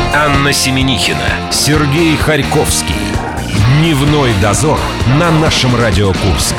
Анна Семенихина, Сергей Харьковский. Дневной дозор на нашем Радио Курск.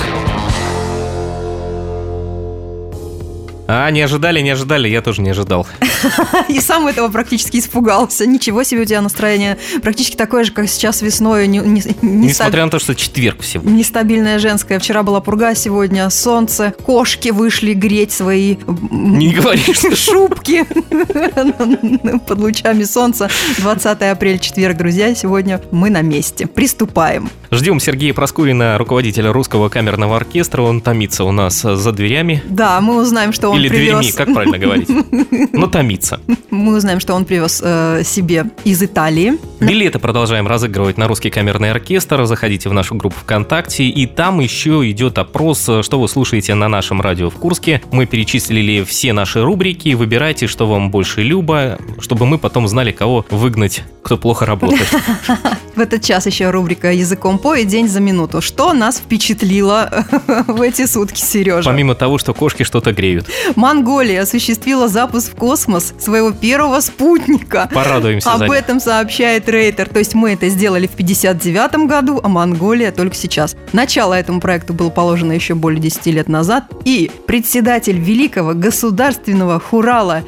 Не ожидали, я тоже не ожидал. И сам этого практически испугался. Ничего себе, у тебя настроение практически такое же, как сейчас весной. Несмотря на то, что четверг всего. Нестабильное женское. Вчера была пурга, сегодня солнце. Кошки вышли греть свои шубки под лучами солнца. 20 апреля, четверг, друзья. Сегодня мы на месте. Приступаем. Ждем Сергея Проскурина, руководителя Русского камерного оркестра. Он томится у нас за дверями. Да, мы узнаем, что он Или привез... дверьми, как правильно говорить? Но томится. Мы узнаем, что он привез себе из Италии. Билеты продолжаем разыгрывать на Русский камерный оркестр. Заходите в нашу группу ВКонтакте. И там еще идет опрос, что вы слушаете на нашем радио в Курске. Мы перечислили все наши рубрики. Выбирайте, что вам больше любо, чтобы мы потом знали, кого выгнать, кто плохо работает. В этот час еще рубрика «Языком по» и «День за минуту». Что нас впечатлило в эти сутки, Сережа? Помимо того, что кошки что-то греют. Монголия осуществила запуск в космос своего первого спутника. Порадуемся за них. Об этом сообщает Рейтер. То есть мы это сделали в 1959 году, а Монголия только сейчас. Начало этому проекту было положено еще более 10 лет назад. И председатель Великого государственного хурала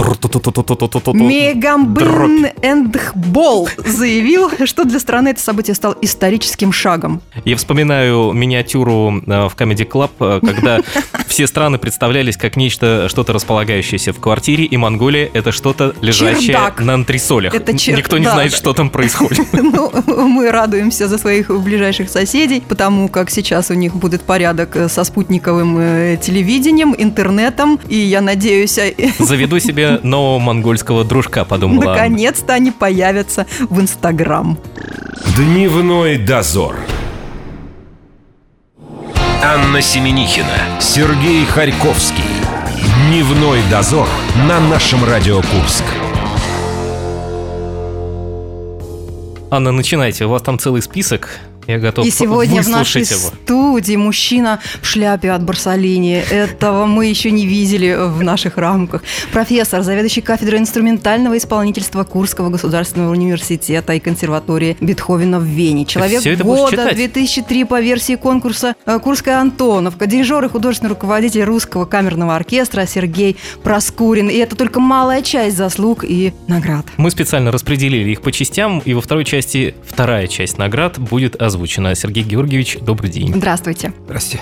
Мегамбын Эндхбол заявил, что для страны это событие стало историческим шагом. Я вспоминаю миниатюру в Comedy Club, когда все страны представлялись как нечто, что-то располагающееся в квартире, и Монголия — это что-то лежащее на антресолях. Никто не знает, что там происходит. Мы радуемся за своих ближайших соседей, потому как сейчас у них будет порядок со спутниковым телевидением, интернетом, и я надеюсь... Заведу себе нового монгольского дружка, подумала. Наконец-то они появятся в Инстаграм. Дневной дозор. Анна Семенихина, Сергей Харьковский. Дневной дозор на нашем Радио Курск. Анна, начинайте, у вас там целый список. Я готов выслушать его. И сегодня в нашей студии мужчина в шляпе от Борсолини. Этого мы еще не видели в наших рамках. Профессор, заведующий кафедрой инструментального исполнительства Курского государственного университета и консерватории Бетховена в Вене. Человек года 2003 по версии конкурса «Курская Антоновка». Дирижер и художественный руководитель Русского камерного оркестра Сергей Проскурин. И это только малая часть заслуг и наград. Мы специально распределили их по частям, и во второй части вторая часть наград будет озвучена. Сергей Георгиевич, добрый день. Здравствуйте. Здравствуйте.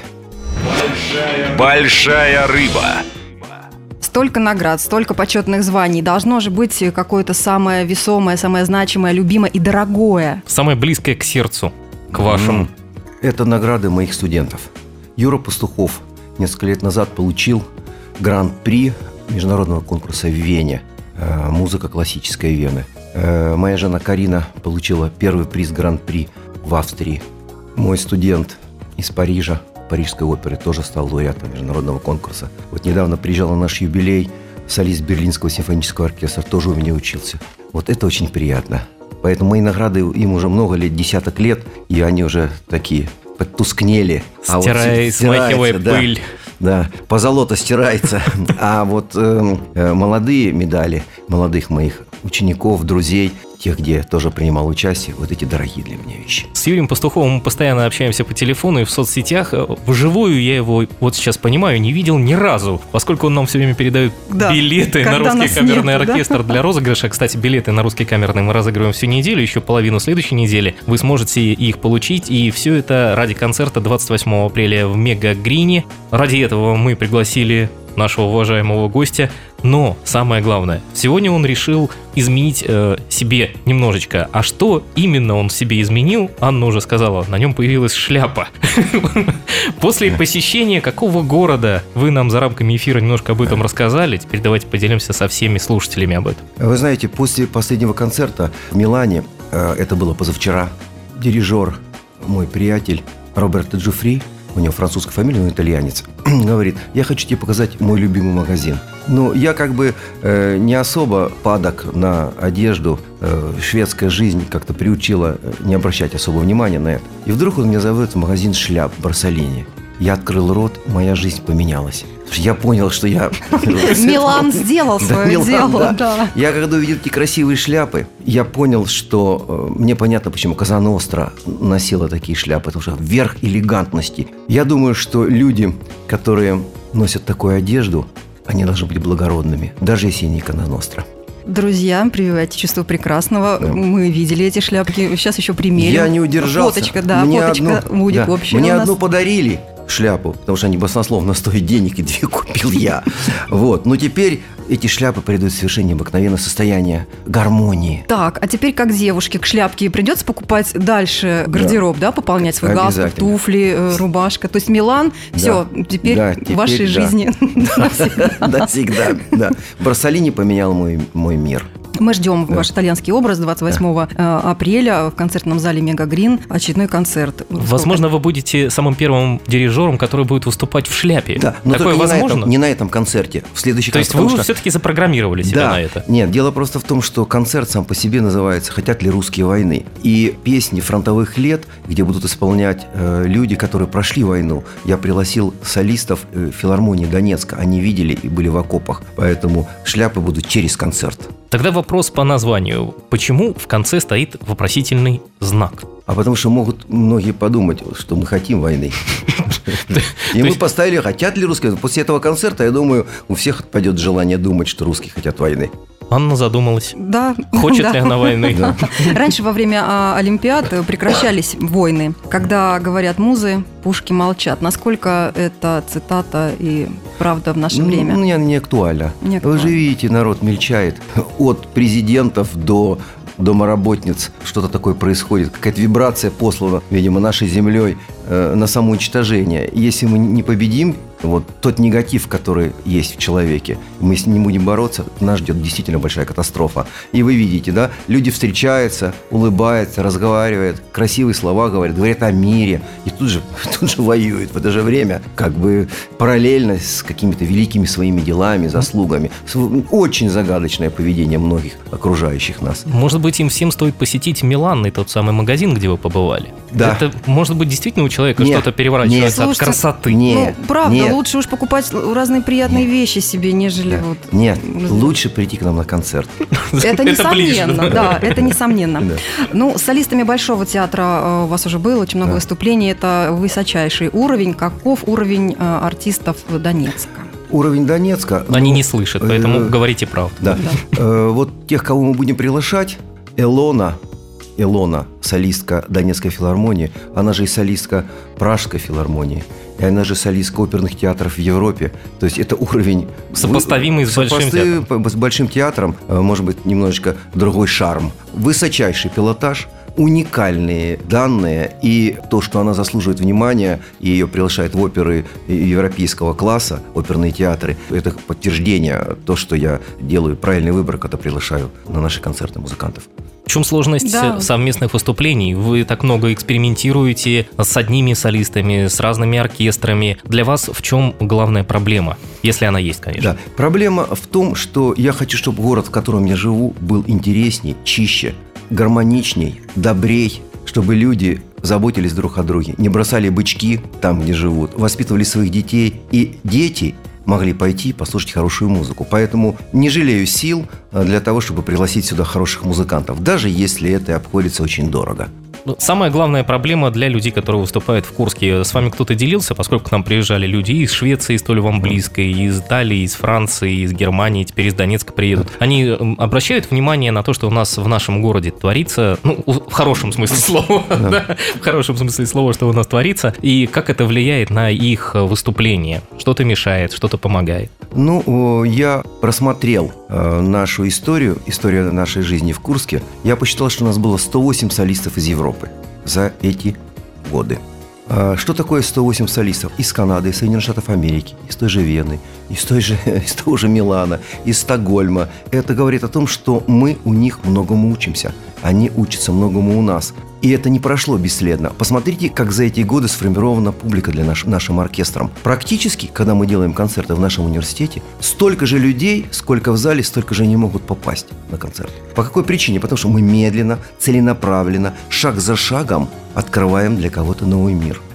Большая рыба. Столько наград, столько почетных званий. Должно же быть какое-то самое весомое, самое значимое, любимое и дорогое. Самое близкое к сердцу, к вашему. Это награды моих студентов. Юра Пастухов несколько лет назад получил гран-при международного конкурса в Вене. Музыка классическая Вены. Моя жена Карина получила первый приз гран-при в Австрии. Мой студент из Парижа, Парижской оперы, тоже стал лауреатом международного конкурса. Вот недавно приезжал на наш юбилей солист Берлинского симфонического оркестра, тоже у меня учился. Вот это очень приятно. Поэтому мои награды им уже много лет, десяток лет, и они уже такие подтускнели. Смахивая пыль. Да, позолота стирается. А вот молодые медали, молодых моих учеников, друзей, тех, где тоже принимал участие, вот эти дорогие для меня вещи. С Юрием Пастуховым мы постоянно общаемся по телефону и в соцсетях. Вживую я его, вот сейчас понимаю, не видел ни разу, поскольку он нам все время передает билеты на Русский камерный оркестр для розыгрыша. Кстати, билеты на Русский камерный мы разыгрываем всю неделю, еще половину следующей недели. Вы сможете их получить, и все это ради концерта 28 апреля в Мега Грине. Ради этого мы пригласили нашего уважаемого гостя. Но самое главное, сегодня он решил изменить себе немножечко. А что именно он в себе изменил, Анна уже сказала, на нем появилась шляпа. После посещения какого города вы нам за рамками эфира немножко об этом рассказали. Теперь давайте поделимся со всеми слушателями об этом. Вы знаете, после последнего концерта в Милане, это было позавчера, дирижер, мой приятель Роберто Джуфри, у него французская фамилия, он итальянец, говорит: я хочу тебе показать мой любимый магазин. Ну, я как бы не особо падок на одежду, шведская жизнь как-то приучила не обращать особого внимания на это. И вдруг он меня зовет в магазин шляп Борсолини. я открыл рот, моя жизнь поменялась. Я понял, что я... Милан сделал свое дело, да. Я когда увидел эти красивые шляпы, я понял, что мне понятно, почему Коза Ностра носила такие шляпы, потому что верх элегантности. Я думаю, что люди, которые носят такую одежду, они должны быть благородными, даже если не Коза Ностра. Друзья, прививайте чувство прекрасного. Да. Мы видели эти шляпки. Сейчас еще примерим. Я не удержался. Фоточка, да, фоточка будет общая. Мне одну подарили шляпу, потому что они баснословно стоят денег, и 2 купил я. Вот. Но теперь эти шляпы придут в совершенно необыкновенное состояние гармонии. Так, а теперь как девушке к шляпке придется покупать дальше гардероб, да, пополнять свой галстук, туфли, рубашка. То есть Милан, все, теперь в вашей жизни навсегда. Брассолини поменял мой мир. Мы ждем ваш итальянский образ 28 апреля в концертном зале «Мега Грин». Очередной концерт. Возможно, вы будете самым первым дирижером, который будет выступать в шляпе. Да, но такое возможно? Не на этом концерте. В следующий концерт. То есть вы все-таки запрограммировали себя на это? Нет, дело просто в том, что концерт сам по себе называется «Хотят ли русские войны?». И песни фронтовых лет, где будут исполнять люди, которые прошли войну. Я пригласил солистов филармонии Донецка. Они видели и были в окопах. Поэтому шляпы будут через концерт. Тогда вопрос по названию. Почему в конце стоит вопросительный знак? А потому что могут многие подумать, что мы хотим войны. И мы поставили «Хотят ли русские?». После этого концерта, я думаю, у всех отпадет желание думать, что русские хотят войны. Анна задумалась. Да. Хочет ли она войны? Да. Раньше во время Олимпиад прекращались войны. Когда говорят музы, пушки молчат. Насколько это цитата и правда в наше время? Не актуально. Вы же видите, народ мельчает. От президентов до домоработниц что-то такое происходит. Какая-то вибрация послана, видимо, нашей землей на самоуничтожение. Если мы не победим вот тот негатив, который есть в человеке, мы с ним будем бороться, нас ждет действительно большая катастрофа. И вы видите, да, люди встречаются, улыбаются, разговаривают, красивые слова говорят о мире, и тут же воюют в это же время, как бы параллельно с какими-то великими своими делами, заслугами. Очень загадочное поведение многих окружающих нас. Может быть, им всем стоит посетить Милан, и тот самый магазин, где вы побывали? Да. Это, может быть, действительно у человека что-то переворачивается от красоты? Правда. Лучше уж покупать разные приятные вещи себе, нежели вот... Нет, лучше прийти к нам на концерт. Это несомненно, да, это несомненно. Ну, с солистами Большого театра у вас уже было очень много выступлений. Это высочайший уровень. Каков уровень артистов Донецка? Уровень Донецка... Они не слышат, поэтому говорите правду. Да. Вот тех, кого мы будем приглашать, Илона, солистка Донецкой филармонии, она же и солистка Пражской филармонии, и она же солистка оперных театров в Европе. То есть это уровень... Сопоставимый с Большим театром. С Большим театром, может быть, немножечко другой шарм. Высочайший пилотаж, уникальные данные, и то, что она заслуживает внимания, и ее приглашают в оперы европейского класса, оперные театры, это подтверждение, то, что я делаю правильный выбор, когда приглашаю на наши концерты музыкантов. В чем сложность совместных выступлений? Вы так много экспериментируете с одними солистами, с разными оркестрами. Для вас в чем главная проблема? Если она есть, конечно. Да, проблема в том, что я хочу, чтобы город, в котором я живу, был интересней, чище, гармоничней, добрей, чтобы люди заботились друг о друге, не бросали бычки там, где живут, воспитывали своих детей, и дети могли пойти и послушать хорошую музыку. Поэтому не жалею сил для того, чтобы пригласить сюда хороших музыкантов, даже если это обходится очень дорого. Самая главная проблема для людей, которые выступают в Курске. С вами кто-то делился, поскольку к нам приезжали люди из Швеции, столь вам близкой, из Италии, из Франции, из Германии, теперь из Донецка приедут. Они обращают внимание на то, что у нас в нашем городе творится, в хорошем смысле слова, в хорошем смысле слова, что у нас творится, и как это влияет на их выступление? Что-то мешает, что-то помогает? Я просмотрел нашу историю нашей жизни в Курске. Я посчитал, что у нас было 108 солистов из Европы за эти годы. Что такое 108 солистов? Из Канады, из Соединенных Штатов Америки, из той же Вены, из того же Милана, из Стокгольма. Это говорит о том, что мы у них многому учимся. Они учатся многому у нас. И это не прошло бесследно. Посмотрите, как за эти годы сформирована публика для нашим оркестром. Практически, когда мы делаем концерты в нашем университете, столько же людей, сколько в зале, столько же не могут попасть на концерт. По какой причине? Потому что мы медленно, целенаправленно, шаг за шагом открываем для кого-то новый мир.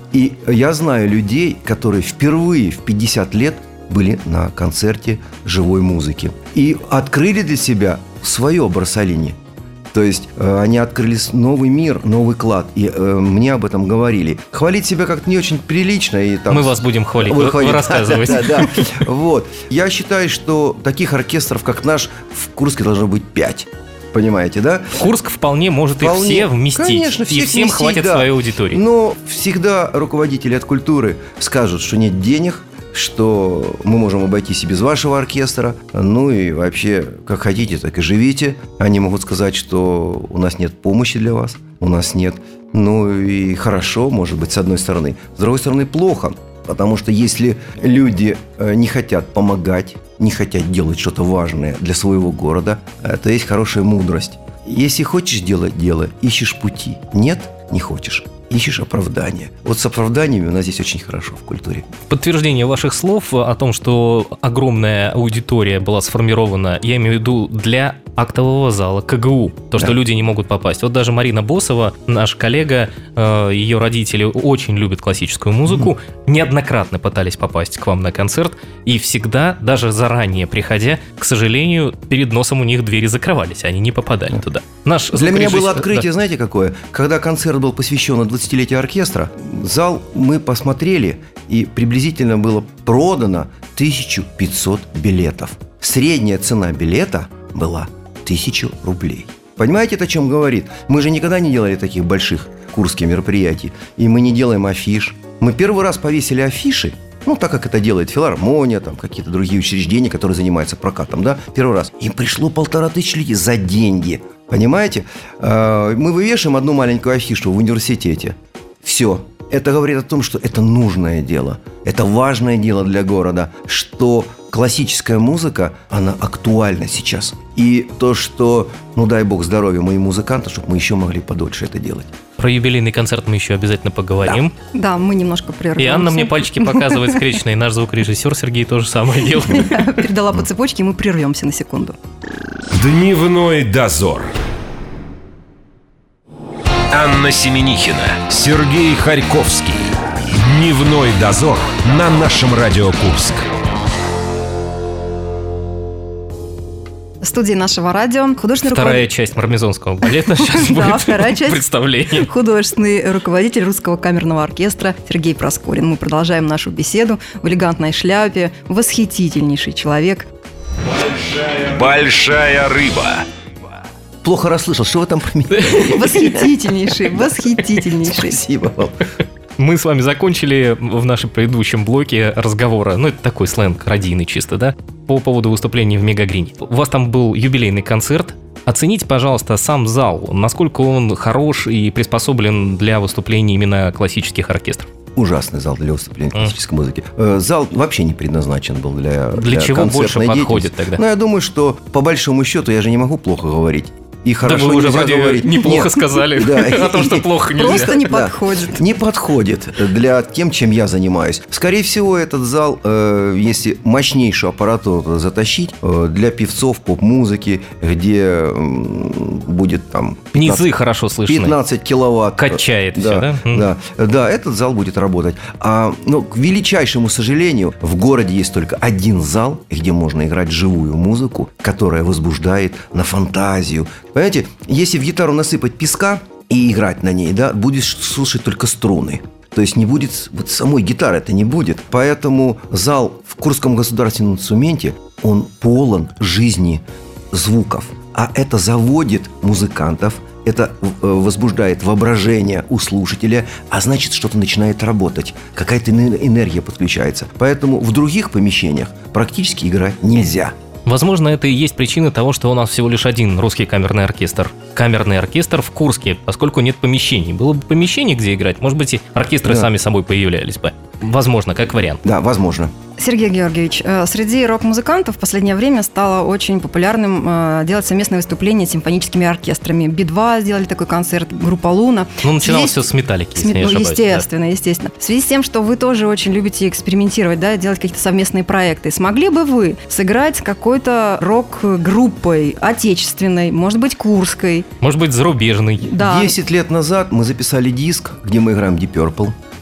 И я знаю людей, которые впервые в 50 лет были на концерте живой музыки и открыли для себя свое Барсалини. То есть они открыли новый мир, новый клад. И мне об этом говорили. Хвалить себя как-то не очень прилично. И там... Мы вас будем хвалить, вы рассказываете. Да. Вот. Я считаю, что таких оркестров, как наш, в Курске должно быть 5. Понимаете, да? Курск вполне может их все вместить. Конечно, и всем хватит своей аудитории. Но всегда руководители от культуры скажут, что нет денег, что мы можем обойтись и без вашего оркестра. Ну и вообще, как хотите, так и живите. Они могут сказать, что у нас нет помощи для вас, у нас нет. Ну и хорошо, может быть, с одной стороны. С другой стороны, плохо. Потому что если люди не хотят помогать, не хотят делать что-то важное для своего города, то есть хорошая мудрость. Если хочешь делать дело, ищешь пути. Нет, не хочешь. Ищешь оправдания. Вот с оправданиями у нас здесь очень хорошо в культуре. В подтверждение ваших слов о том, что огромная аудитория была сформирована, я имею в виду для актового зала КГУ, то, что люди не могут попасть. Вот даже Марина Босова, наш коллега, ее родители очень любят классическую музыку, неоднократно пытались попасть к вам на концерт, и всегда, даже заранее приходя, к сожалению, перед носом у них двери закрывались, они не попадали туда. Для меня было открытие, знаете, какое? Когда концерт был посвящен 20-летию оркестра, зал мы посмотрели, и приблизительно было продано 1500 билетов. Средняя цена билета была 1000 рублей. Понимаете, это о чем говорит? Мы же никогда не делали таких больших курских мероприятий, и мы не делаем афиш. Мы первый раз повесили афиши, так как это делает филармония, там какие-то другие учреждения, которые занимаются прокатом, да, первый раз. Им пришло 1500 людей за деньги. Понимаете? Мы вывешиваем одну маленькую афишу в университете. Все. Это говорит о том, что это нужное дело. Это важное дело для города. Что классическая музыка, она актуальна сейчас. И то, что, дай бог здоровья моим музыкантам, чтобы мы еще могли подольше это делать. Про юбилейный концерт мы еще обязательно поговорим. Да, мы немножко прервемся. И Анна мне пальчики показывает скрещенные. Наш звукорежиссер Сергей то же самое делает. Я передала по цепочке, и мы прервемся на секунду. Дневной дозор. Анна Семенихина, Сергей Харьковский. Дневной дозор на нашем Радио Курск. В студии нашего радио Вторая часть Мармезонского балета сейчас будет вторая часть. Представление. Художественный руководитель Русского камерного оркестра Сергей Проскурин. Мы продолжаем нашу беседу в элегантной шляпе. Восхитительнейший человек. Большая рыба. Плохо расслышал, что вы там про меня? Восхитительнейший. Спасибо вам. Мы с вами закончили в нашем предыдущем блоке разговора, это такой сленг радийный чисто, да, по поводу выступления в Мегагрине. У вас там был юбилейный концерт. Оцените, пожалуйста, сам зал, насколько он хорош и приспособлен для выступлений именно классических оркестров. Ужасный зал для выступления классической музыки. Зал вообще не предназначен был для чего больше подходит тогда? Я думаю, что по большому счету я же не могу плохо говорить. И хорошо, да вы уже вроде неплохо сказали о том, что плохо нельзя. Просто не подходит. Не подходит для тем, чем я занимаюсь. Скорее всего, этот зал, если мощнейшую аппаратуру затащить, для певцов поп-музыки, где будет там... Низы хорошо слышны. 15 киловатт. Качает все, да? Да, этот зал будет работать. Но, к величайшему сожалению, в городе есть только один зал, где можно играть живую музыку, которая возбуждает на фантазию. Понимаете, если в гитару насыпать песка и играть на ней, да, будешь слушать только струны. То есть не будет самой гитары, это не будет. Поэтому зал в Курском государственном инструменте, он полон жизни звуков. А это заводит музыкантов, это возбуждает воображение у слушателя, а значит, что-то начинает работать. Какая-то энергия подключается. Поэтому в других помещениях практически играть нельзя. Возможно, это и есть причина того, что у нас всего лишь один русский камерный оркестр. Камерный оркестр в Курске, поскольку нет помещений. Было бы помещение, где играть, может быть, и оркестры сами собой появлялись бы. Возможно, как вариант. Да, возможно. Сергей Георгиевич, среди рок-музыкантов в последнее время стало очень популярным делать совместные выступления с симфоническими оркестрами. Би-2 сделали такой концерт, группа «Луна». Начиналось все с «Металлики», если не ошибаюсь. Естественно. В связи с тем, что вы тоже очень любите экспериментировать, да, делать какие-то совместные проекты, смогли бы вы сыграть с какой-то рок-группой отечественной, может быть, курской? Может быть, зарубежной. Да. 10 лет назад мы записали диск, где мы играем Deep Purple.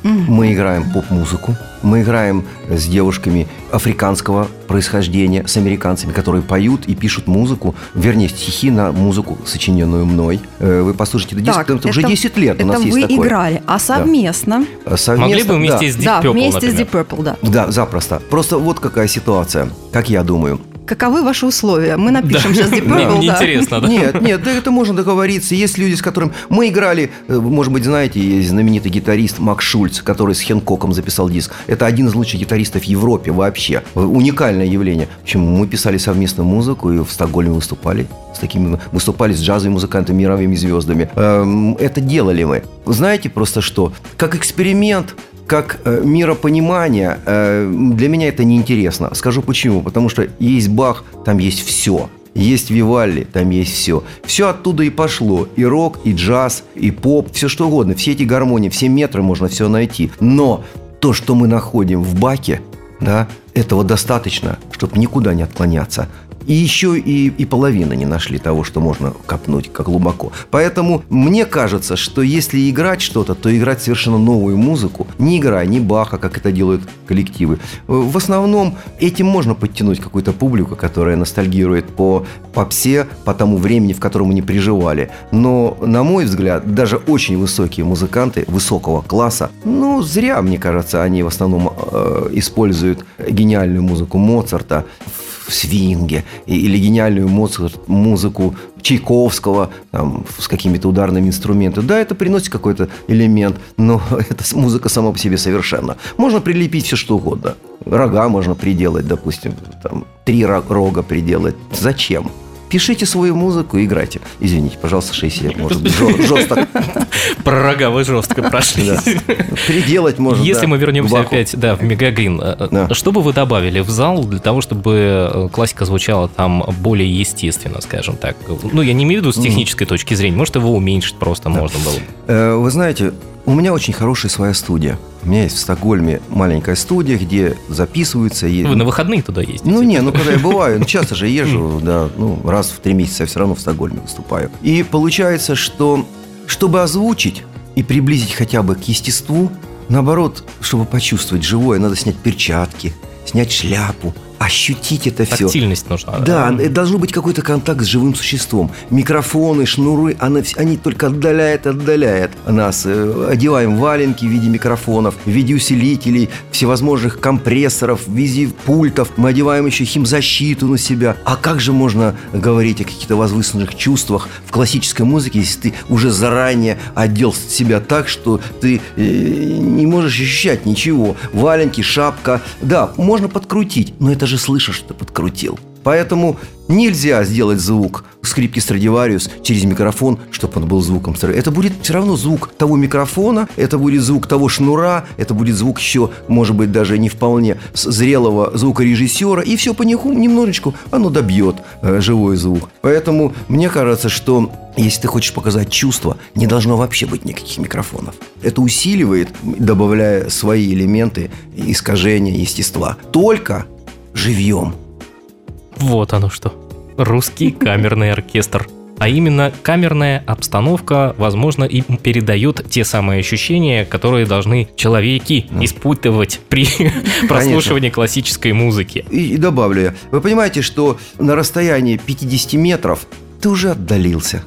Мы играем поп-музыку. Мы играем с девушками африканского происхождения, с американцами, которые поют и пишут музыку, вернее, стихи на музыку, сочиненную мной. Вы послушайте, это уже 10 лет у нас есть такое. Это вы играли, а совместно? Могли бы вместе с Deep Purple, вместе с Deep Purple, да. Да, запросто. Просто вот какая ситуация, как я думаю. Каковы ваши условия? Мы напишем сейчас Deep Purple, Мне интересно, да? Нет, да это можно договориться. Есть люди, с которыми мы играли, может быть, знаете, есть знаменитый гитарист Макс Шульц, который с Хэнкоком записал диск. Это один из лучших гитаристов в Европе вообще. Уникальное явление. Почему? Мы писали совместную музыку и в Стокгольме выступали. Выступали с джазовыми музыкантами, мировыми звездами. Это делали мы. Знаете просто что? Как эксперимент, как миропонимание, для меня это неинтересно. Скажу почему. Потому что есть Бах, там есть все. Есть Вивальди, там есть все. Все оттуда и пошло. И рок, и джаз, и поп, все что угодно. Все эти гармонии, все метры можно все найти. Но то, что мы находим в Бахе, да, этого достаточно, чтобы никуда не отклоняться. И еще и половины не нашли того, что можно копнуть как глубоко. Поэтому мне кажется, что если играть что-то, то играть совершенно новую музыку. Не играя ни Баха, как это делают коллективы. В основном этим можно подтянуть какую-то публику, которая ностальгирует по попсе, по тому времени, в котором они приживали. Но, на мой взгляд, даже очень высокие музыканты высокого класса, зря, мне кажется, они в основном используют гениальную музыку Моцарта в свинге или гениальную музыку Чайковского там, с какими-то ударными инструментами. Да, это приносит какой-то элемент, но эта музыка сама по себе совершенно. Можно прилепить все что угодно. Рога можно приделать, допустим, 3 рога приделать. Зачем? Пишите свою музыку и играйте. Извините, пожалуйста, 6 лет, может быть, жестко. Про рога вы жестко прошли. Переделать можно. Если мы вернемся опять в Мегагрин, что бы вы добавили в зал для того, чтобы классика звучала там более естественно, скажем так? Я не имею в виду с технической точки зрения. Может, его уменьшить просто можно было? Вы знаете, у меня очень хорошая своя студия. У меня есть в Стокгольме маленькая студия, где записываются. Вы на выходные туда ездите? Когда я бываю, часто же езжу, да, раз в 3 месяца я все равно в Стокгольме выступаю. И получается, что, чтобы озвучить и приблизить хотя бы к естеству, наоборот, чтобы почувствовать живое, надо снять перчатки, снять шляпу, ощутить это все. Тактильность нужна. Да, должен быть какой-то контакт с живым существом. Микрофоны, шнуры, они только отдаляют нас. Одеваем валенки в виде микрофонов, в виде усилителей, всевозможных компрессоров, в виде пультов. Мы одеваем еще химзащиту на себя. А как же можно говорить о каких-то возвышенных чувствах в классической музыке, если ты уже заранее одел себя так, что ты не можешь ощущать ничего? Валенки, шапка. Да, можно подкрутить, но это же слышишь, что ты подкрутил. Поэтому нельзя сделать звук скрипки Страдивариус через микрофон, чтобы он был звуком. Это будет все равно звук того микрофона, это будет звук того шнура, это будет звук еще, может быть, даже не вполне зрелого звукорежиссера, и все немножечку оно добьет живой звук. Поэтому мне кажется, что если ты хочешь показать чувство, не должно вообще быть никаких микрофонов. Это усиливает, добавляя свои элементы искажения естества. Только живьем. Вот оно что. Русский камерный оркестр. А именно камерная обстановка, возможно, и передает те самые ощущения, которые должны человеки испытывать при прослушивании классической музыки. И добавлю я. Вы понимаете, что на расстоянии 50 метров ты уже отдалился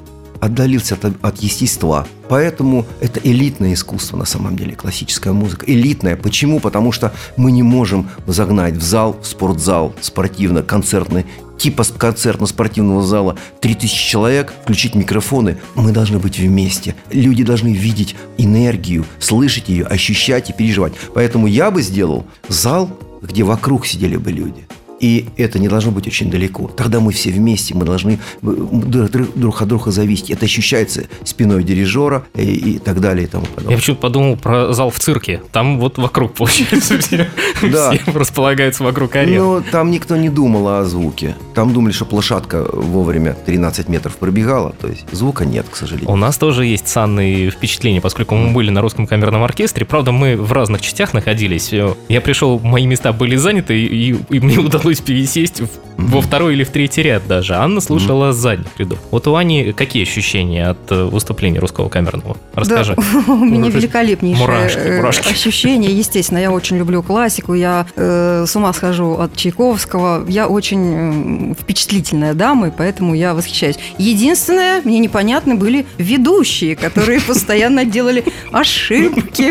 от естества. Поэтому это элитное искусство на самом деле, классическая музыка. Элитная. Почему? Потому что мы не можем загнать в зал, в спортзал, спортивно-концертный, типа концертно-спортивного зала 3000 человек, включить микрофоны. Мы должны быть вместе. Люди должны видеть энергию, слышать ее, ощущать и переживать. Поэтому я бы сделал зал, где вокруг сидели бы люди. И это не должно быть очень далеко. Тогда мы все вместе, мы должны друг от друга зависеть. Это ощущается спиной дирижера и так далее и тому подобное. Я почему-то подумал про зал в цирке. Там вот вокруг, получается, все располагаются вокруг арены. Но там никто не думал о звуке. Там думали, что лошадка вовремя 13 метров пробегала. То есть звука нет, к сожалению. У нас тоже есть санные впечатления, поскольку мы были на русском камерном оркестре. Правда, мы в разных частях находились. Я пришел, мои места были заняты, и мне удалось пришлось пересесть во второй или в третий ряд даже. Анна слушала с задних рядов. Вот у Ани какие ощущения от выступления русского камерного? Расскажи. Да, у меня великолепнейшие мурашки. ощущения. Естественно, я очень люблю классику, я с ума схожу от Чайковского. Я очень впечатлительная дама, и поэтому я восхищаюсь. Единственное, мне непонятны были ведущие, которые постоянно делали ошибки.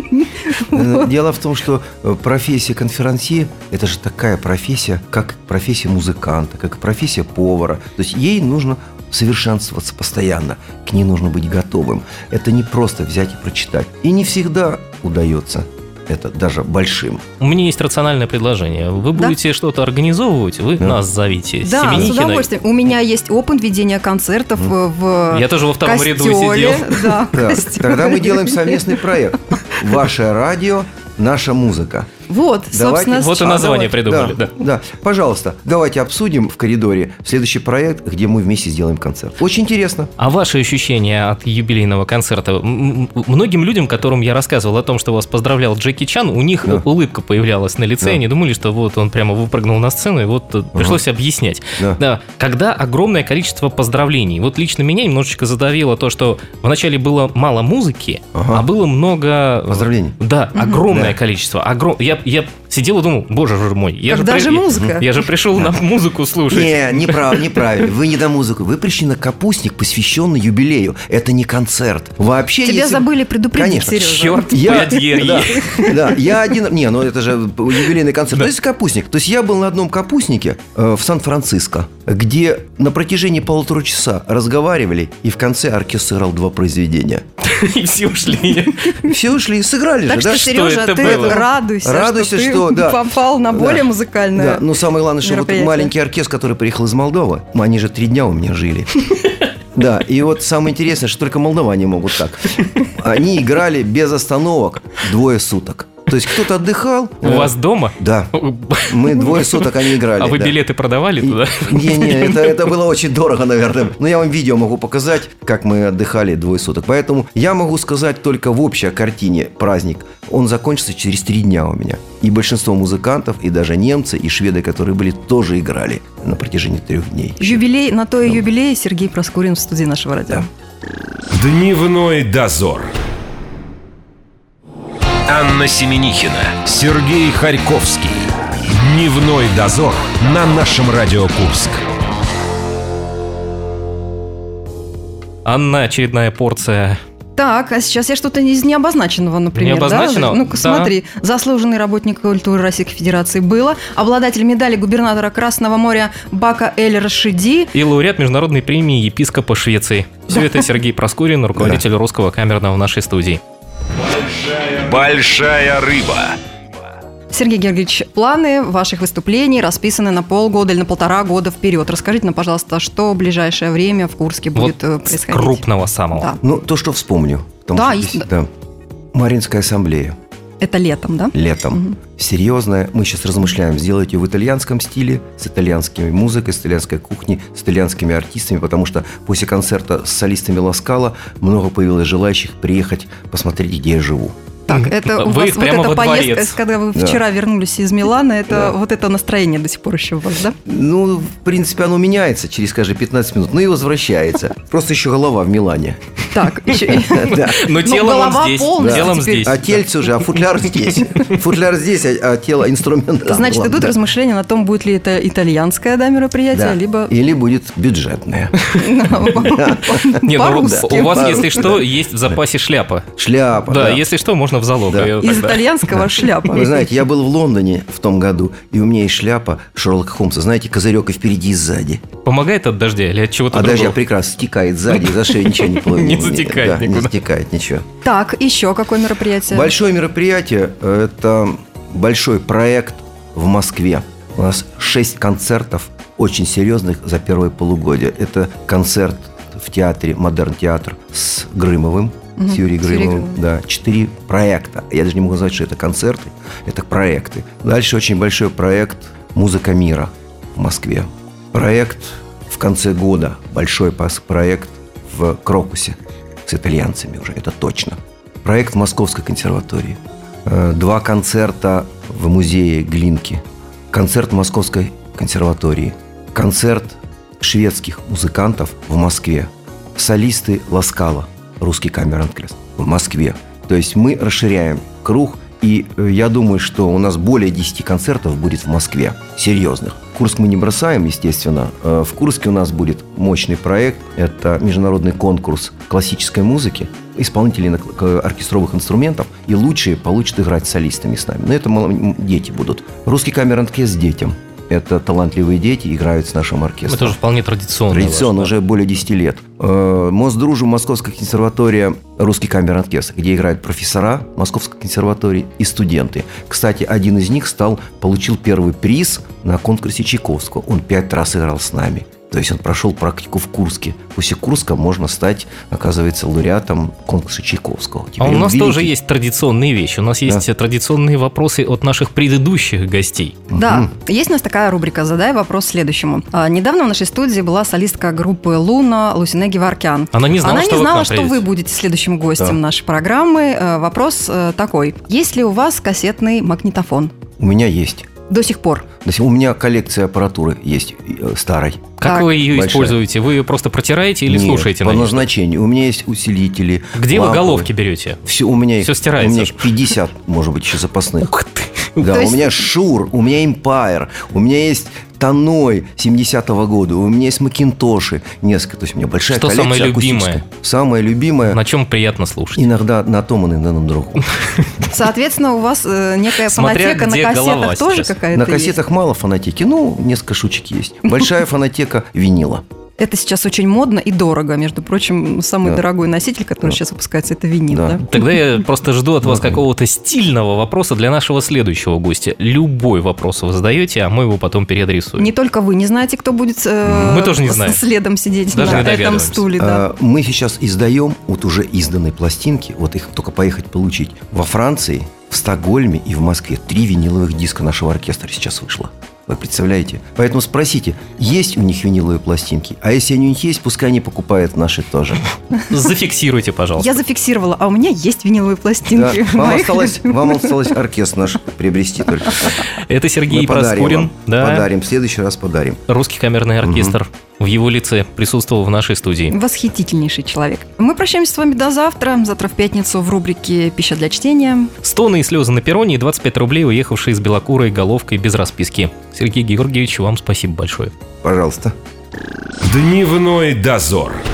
Дело в том, что профессия конферансье – это же такая профессия, как профессия музыканта, как профессия повара. То есть ей нужно совершенствоваться постоянно, к ней нужно быть готовым. Это не просто взять и прочитать. И не всегда удается это, даже большим. У меня есть рациональное предложение. Вы будете что-то организовывать, вы нас зовите. Да, с удовольствием. У меня есть опыт ведения концертов в Я тоже во втором ряду сидел. Да, тогда мы делаем совместный проект. Ваше радио, наша музыка. Вот, собственно, вот и название придумали. Да, пожалуйста, давайте обсудим в коридоре следующий проект, где мы вместе сделаем концерт. Очень интересно. А ваши ощущения от юбилейного концерта? Многим людям, которым я рассказывал о том, что вас поздравлял Джеки Чан, у них улыбка появлялась на лице, они думали, что вот он прямо выпрыгнул на сцену, и вот пришлось объяснять. Да. Когда огромное количество поздравлений, вот лично меня немножечко задавило то, что вначале было мало музыки, а было много... Поздравлений. Да, огромное количество. Я сидел и думал, боже мой, когда же музыка? Я же пришел на музыку слушать. Неправильно. Вы не на музыку. Вы пришли на капустник, посвященный юбилею. Это не концерт. Вообще, тебя забыли предупредить, Сережа. Черт подери. Да, я один... Не, ну это же юбилейный концерт. То есть капустник. То есть я был на одном капустнике в Сан-Франциско, где на протяжении 1,5 часа разговаривали, и в конце оркестр сыграл 2 произведения. И все ушли. Все ушли, сыграли же, да? Так что, Сережа, ты радуйся, что ты попал на более музыкальное мероприятие. Но самое главное, что вот маленький оркестр, который приехал из Молдовы, они же 3 дня у меня жили. Да, и вот самое интересное, что только молдаване могут так. Они играли без остановок 2 суток. То есть кто-то отдыхал. У вас дома? Да. Мы 2 суток они играли. А вы билеты продавали туда? Не, это было очень дорого, наверное. Но я вам видео могу показать, как мы отдыхали 2 суток. Поэтому я могу сказать только в общей картине праздник. Он закончится через 3 дня у меня. И большинство музыкантов, и даже немцы, и шведы, которые были, тоже играли на протяжении 3 дней. Юбилей, на то и юбилей. Сергей Проскурин в студии нашего радио. Дневной дозор. Анна Семенихина, Сергей Харьковский. Дневной дозор на нашем Радио Курск. Анна, очередная порция. Так, а сейчас я что-то из необозначенного, например. Не обозначенного? Да? Ну-ка, смотри. Заслуженный работник культуры Российской Федерации было. Обладатель медали губернатора Красного моря Бака Эль-Рашиди. И лауреат международной премии епископа Швеции. Все это Сергей Проскурин, руководитель русского камерного в нашей студии. Большая рыба. Сергей Георгиевич, планы ваших выступлений расписаны на полгода или на 1,5 года вперед. Расскажите нам, пожалуйста, что в ближайшее время в Курске будет происходить? Крупного самого. Да. Ну, то, что вспомню. Да, Мариинская ассамблея. Это летом, да? Летом. Серьезная. Мы сейчас размышляем сделать ее в итальянском стиле, с итальянской музыкой, с итальянской кухней, с итальянскими артистами, потому что после концерта с солистами Ла Скала много появилось желающих приехать посмотреть, где я живу. Так, это у вы вас вот эта поездка, когда вы вчера вернулись из Милана, это вот это настроение до сих пор еще у вас, да? Ну, в принципе, оно меняется через, скажем, 15 минут, но и возвращается. Просто еще голова в Милане. Так, еще... Но телом здесь. А тельце уже, а футляр здесь. Футляр здесь, а тело инструментально. Значит, идут размышления на том, будет ли это итальянское мероприятие, либо... Или будет бюджетное. По-русски. У вас, если что, есть в запасе шляпа. Шляпа, да. Если что, можно в залог. Из итальянского шляпа. Вы знаете, я был в Лондоне в том году, и у меня есть шляпа Шерлока Холмса. Знаете, козырек и впереди, и сзади. Помогает от дождя или от чего-то другого? Дождя прекрасно стекает сзади, за шею ничего не плывет. Не затекает никуда. Не затекает ничего. Так, еще какое мероприятие? Большое мероприятие – это большой проект в Москве. У нас 6 концертов очень серьезных за первое полугодие. Это концерт в театре «Модерн театр» с Грымовым, с Юрием Грымовым. Да, 4 проекта. Я даже не могу назвать, что это концерты, это проекты. Дальше очень большой проект «Музыка мира» в Москве. Проект в конце года, большой проект в Крокусе с итальянцами уже, это точно. Проект в Московской консерватории. 2 концерта в музее Глинки концерт Московской консерватории, концерт шведских музыкантов в Москве, солисты Ла Скала, русский камерный оркестр в Москве. То есть мы расширяем круг, и я думаю, что у нас более 10 концертов будет в Москве, серьезных. Курск мы не бросаем, естественно. В Курске у нас будет мощный проект. Это международный конкурс классической музыки, исполнителей оркестровых инструментов, и лучшие получат играть солистами с нами. Но это дети будут. Русский камерный оркестр детям. Это талантливые дети, играют с нашим оркестром. Это уже вполне традиционно. Традиционно, уже более 10 лет. Мосдружба, Московская консерватория, русский камерный оркестр, где играют профессора Московской консерватории и студенты. Кстати, один из них получил первый приз на конкурсе Чайковского. Он 5 раз играл с нами. То есть он прошел практику в Курске. После Курска можно стать, оказывается, лауреатом конкурса Чайковского. Теперь у нас тоже есть традиционные вещи. У нас есть традиционные вопросы от наших предыдущих гостей. Да, есть у нас такая рубрика «Задай вопрос следующему». Недавно в нашей студии была солистка группы «Луна» Лусине Геворкян. Она не знала, что вы будете следующим гостем нашей программы. Вопрос такой. Есть ли у вас кассетный магнитофон? У меня есть. До сих пор? У меня коллекция аппаратуры есть старой. Как вы ее используете? Вы ее просто протираете или слушаете? По назначению. У меня есть усилители. Где вы головки берете? Все, у меня все стирается. У меня 50, может быть, еще запасных. Ух ты! Да, у меня Шур, у меня Эмпайр, у меня есть Таной 70-го года, у меня есть Макинтоши несколько. То есть у меня большая коллекция. Что самое любимое? Самое любимое. На чем приятно слушать? Иногда на том, иногда на другом. Соответственно, у вас некая фонотека на кассетах тоже какая-то На кассетах мало фонотеки, несколько штучек есть. Большая фонотека винила. Это сейчас очень модно и дорого. Между прочим, самый дорогой носитель, который сейчас выпускается, это винил. Да. Тогда я просто жду от вас какого-то стильного вопроса для нашего следующего гостя. Любой вопрос вы задаете, а мы его потом переадресуем. Не только вы не знаете, кто будет мы тоже не знаем. Следом сидеть даже на этом стуле. Да. Мы сейчас издаем уже изданные пластинки, их только поехать получить. Во Франции, в Стокгольме и в Москве 3 виниловых диска нашего оркестра сейчас вышло. Вы представляете? Поэтому спросите, есть у них виниловые пластинки? А если они у них есть, пускай они покупают наши тоже. Зафиксируйте, пожалуйста. Я зафиксировала, а у меня есть виниловые пластинки. Да. Вам осталось оркестр наш приобрести только. Это Сергей Проскурин. Подарим, в следующий раз подарим. Русский камерный оркестр в его лице присутствовал в нашей студии. Восхитительнейший человек. Мы прощаемся с вами до завтра. Завтра в пятницу в рубрике «Пища для чтения». Стоны и слезы на перроне и 25 рублей, уехавшие с белокурой головкой без расписки. Сергей Георгиевич, вам спасибо большое. Пожалуйста. Дневной дозор.